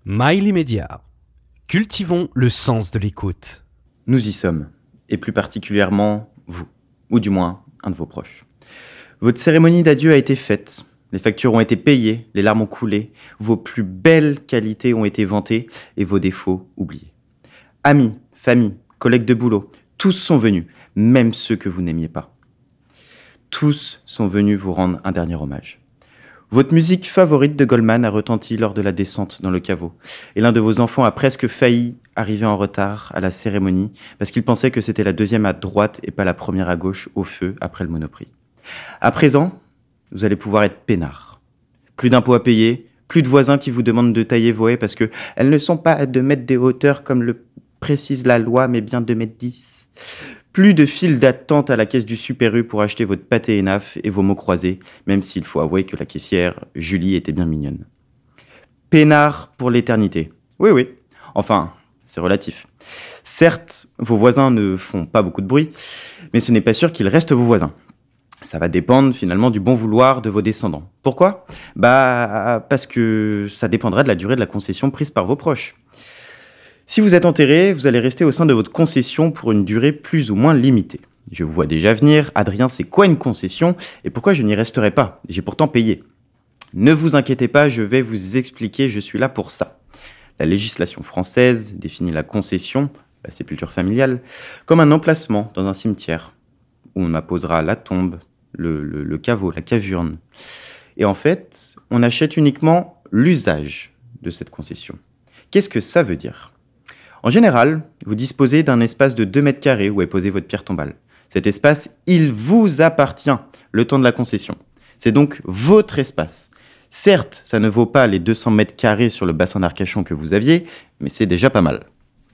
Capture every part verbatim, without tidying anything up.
Mail immédiat. Cultivons le sens de l'écoute. Nous y sommes, et plus particulièrement vous, ou du moins un de vos proches. Votre cérémonie d'adieu a été faite, les factures ont été payées, les larmes ont coulé, vos plus belles qualités ont été vantées et vos défauts oubliés. Amis, famille, collègues de boulot, tous sont venus, même ceux que vous n'aimiez pas. Tous sont venus vous rendre un dernier hommage. Votre musique favorite de Goldman a retenti lors de la descente dans le caveau, et l'un de vos enfants a presque failli arriver en retard à la cérémonie parce qu'il pensait que c'était la deuxième à droite et pas la première à gauche au feu après le Monoprix. À présent, vous allez pouvoir être peinard. Plus d'impôts à payer, plus de voisins qui vous demandent de tailler vos haies parce qu'elles ne sont pas à deux mètres de hauteur comme le précise la loi, mais bien deux mètres dix. Plus de files d'attente à la caisse du Super U pour acheter votre pâté Enaf et vos mots croisés, même s'il faut avouer que la caissière, Julie, était bien mignonne. Peinard pour l'éternité. Oui, oui. Enfin, c'est relatif. Certes, vos voisins ne font pas beaucoup de bruit, mais ce n'est pas sûr qu'ils restent vos voisins. Ça va dépendre finalement du bon vouloir de vos descendants. Pourquoi ? Bah, parce que ça dépendra de la durée de la concession prise par vos proches. Si vous êtes enterré, vous allez rester au sein de votre concession pour une durée plus ou moins limitée. Je vous vois déjà venir. Adrien, c'est quoi une concession et pourquoi je n'y resterai pas ? J'ai pourtant payé. Ne vous inquiétez pas, je vais vous expliquer, je suis là pour ça. La législation française définit la concession, la sépulture familiale, comme un emplacement dans un cimetière où on apposera la tombe, le, le, le caveau, la cavurne. Et en fait, on achète uniquement l'usage de cette concession. Qu'est-ce que ça veut dire ? En général, vous disposez d'un espace de deux mètres carrés où est posée votre pierre tombale. Cet espace, il vous appartient le temps de la concession. C'est donc votre espace. Certes, ça ne vaut pas les deux cents mètres carrés sur le bassin d'Arcachon que vous aviez, mais c'est déjà pas mal.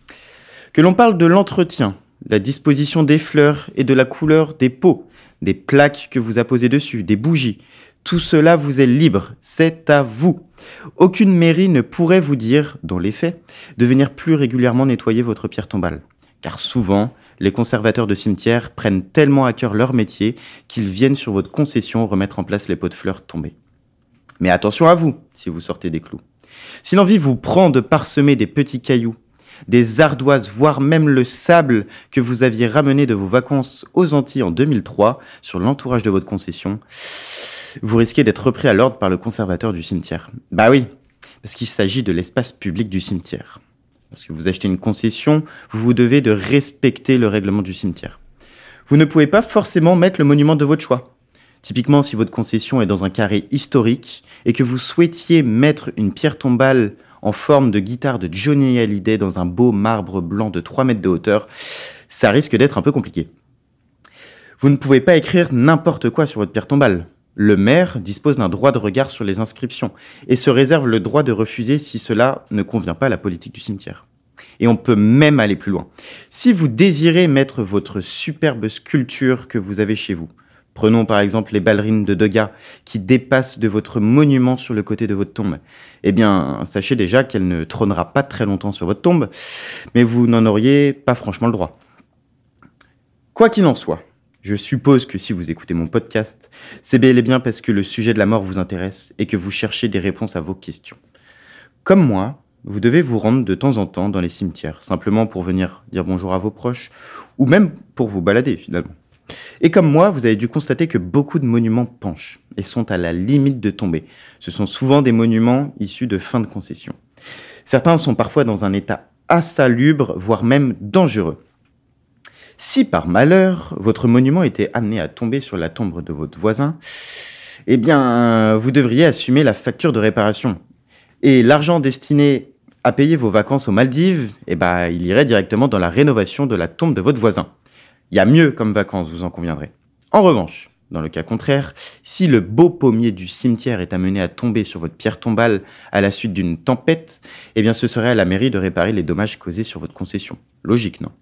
Que l'on parle de l'entretien, la disposition des fleurs et de la couleur des pots, des plaques que vous apposez dessus, des bougies, tout cela vous est libre, c'est à vous. Aucune mairie ne pourrait vous dire, dans les faits, de venir plus régulièrement nettoyer votre pierre tombale. Car souvent, les conservateurs de cimetières prennent tellement à cœur leur métier qu'ils viennent sur votre concession remettre en place les pots de fleurs tombés. Mais attention à vous, si vous sortez des clous. Si l'envie vous prend de parsemer des petits cailloux, des ardoises, voire même le sable que vous aviez ramené de vos vacances aux Antilles en deux mille trois sur l'entourage de votre concession, vous risquez d'être repris à l'ordre par le conservateur du cimetière. Bah oui, parce qu'il s'agit de l'espace public du cimetière. Lorsque vous achetez une concession, vous vous devez de respecter le règlement du cimetière. Vous ne pouvez pas forcément mettre le monument de votre choix. Typiquement, si votre concession est dans un carré historique et que vous souhaitiez mettre une pierre tombale en forme de guitare de Johnny Hallyday dans un beau marbre blanc de trois mètres de hauteur, ça risque d'être un peu compliqué. Vous ne pouvez pas écrire n'importe quoi sur votre pierre tombale. Le maire dispose d'un droit de regard sur les inscriptions et se réserve le droit de refuser si cela ne convient pas à la politique du cimetière. Et on peut même aller plus loin. Si vous désirez mettre votre superbe sculpture que vous avez chez vous, prenons par exemple les ballerines de Degas qui dépassent de votre monument sur le côté de votre tombe, eh bien, sachez déjà qu'elle ne trônera pas très longtemps sur votre tombe, mais vous n'en auriez pas franchement le droit. Quoi qu'il en soit, je suppose que si vous écoutez mon podcast, c'est bel et bien parce que le sujet de la mort vous intéresse et que vous cherchez des réponses à vos questions. Comme moi, vous devez vous rendre de temps en temps dans les cimetières, simplement pour venir dire bonjour à vos proches, ou même pour vous balader finalement. Et comme moi, vous avez dû constater que beaucoup de monuments penchent et sont à la limite de tomber. Ce sont souvent des monuments issus de fin de concession. Certains sont parfois dans un état insalubre, voire même dangereux. Si par malheur, votre monument était amené à tomber sur la tombe de votre voisin, eh bien, vous devriez assumer la facture de réparation. Et l'argent destiné à payer vos vacances aux Maldives, eh ben, il irait directement dans la rénovation de la tombe de votre voisin. Il y a mieux comme vacances, vous en conviendrez. En revanche, dans le cas contraire, si le beau pommier du cimetière est amené à tomber sur votre pierre tombale à la suite d'une tempête, eh bien, ce serait à la mairie de réparer les dommages causés sur votre concession. Logique, non ?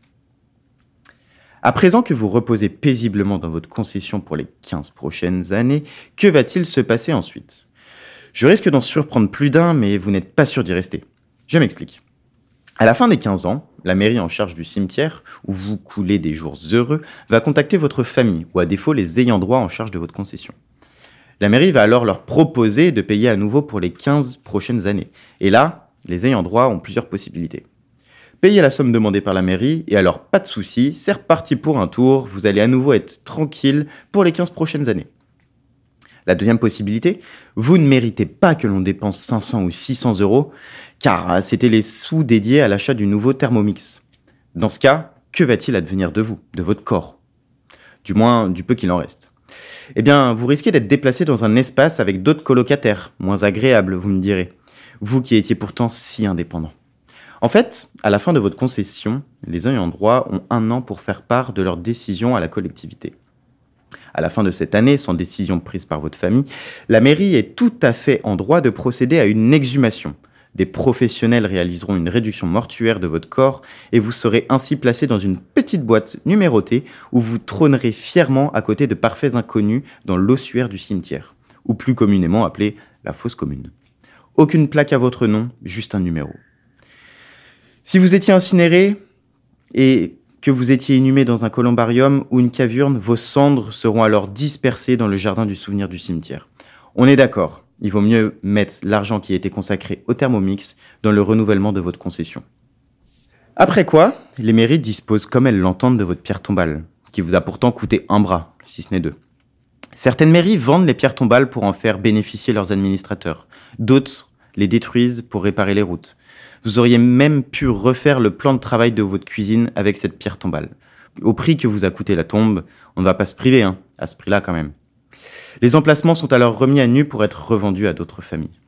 À présent que vous reposez paisiblement dans votre concession pour les quinze prochaines années, que va-t-il se passer ensuite ? Je risque d'en surprendre plus d'un, mais vous n'êtes pas sûr d'y rester. Je m'explique. À la fin des quinze ans, la mairie en charge du cimetière, où vous coulez des jours heureux, va contacter votre famille, ou à défaut les ayants droit en charge de votre concession. La mairie va alors leur proposer de payer à nouveau pour les quinze prochaines années. Et là, les ayants droit ont plusieurs possibilités. Payez la somme demandée par la mairie, et alors pas de souci, c'est reparti pour un tour, vous allez à nouveau être tranquille pour les quinze prochaines années. La deuxième possibilité, vous ne méritez pas que l'on dépense cinq cents ou six cents euros, car c'était les sous dédiés à l'achat du nouveau Thermomix. Dans ce cas, que va-t-il advenir de vous, de votre corps ? Du moins, du peu qu'il en reste. Eh bien, vous risquez d'être déplacé dans un espace avec d'autres colocataires, moins agréables, vous me direz. Vous qui étiez pourtant si indépendant. En fait, à la fin de votre concession, les ayants droit ont un an pour faire part de leur décision à la collectivité. À la fin de cette année, sans décision prise par votre famille, la mairie est tout à fait en droit de procéder à une exhumation. Des professionnels réaliseront une réduction mortuaire de votre corps et vous serez ainsi placé dans une petite boîte numérotée où vous trônerez fièrement à côté de parfaits inconnus dans l'ossuaire du cimetière, ou plus communément appelée la fosse commune. Aucune plaque à votre nom, juste un numéro. Si vous étiez incinéré et que vous étiez inhumé dans un columbarium ou une caverne, vos cendres seront alors dispersées dans le jardin du souvenir du cimetière. On est d'accord, il vaut mieux mettre l'argent qui a été consacré au Thermomix dans le renouvellement de votre concession. Après quoi, les mairies disposent comme elles l'entendent de votre pierre tombale, qui vous a pourtant coûté un bras, si ce n'est deux. Certaines mairies vendent les pierres tombales pour en faire bénéficier leurs administrateurs. D'autres les détruisent pour réparer les routes. Vous auriez même pu refaire le plan de travail de votre cuisine avec cette pierre tombale. Au prix que vous a coûté la tombe, on ne va pas se priver, hein, à ce prix-là quand même. Les emplacements sont alors remis à nu pour être revendus à d'autres familles.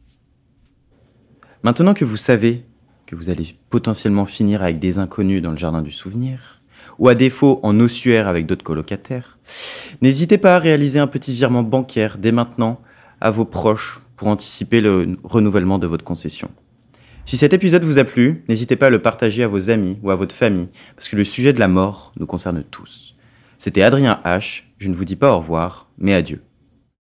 Maintenant que vous savez que vous allez potentiellement finir avec des inconnus dans le jardin du souvenir, ou à défaut en ossuaire avec d'autres colocataires, n'hésitez pas à réaliser un petit virement bancaire dès maintenant à vos proches pour anticiper le renouvellement de votre concession. Si cet épisode vous a plu, n'hésitez pas à le partager à vos amis ou à votre famille, parce que le sujet de la mort nous concerne tous. C'était Adrien H, je ne vous dis pas au revoir, mais adieu.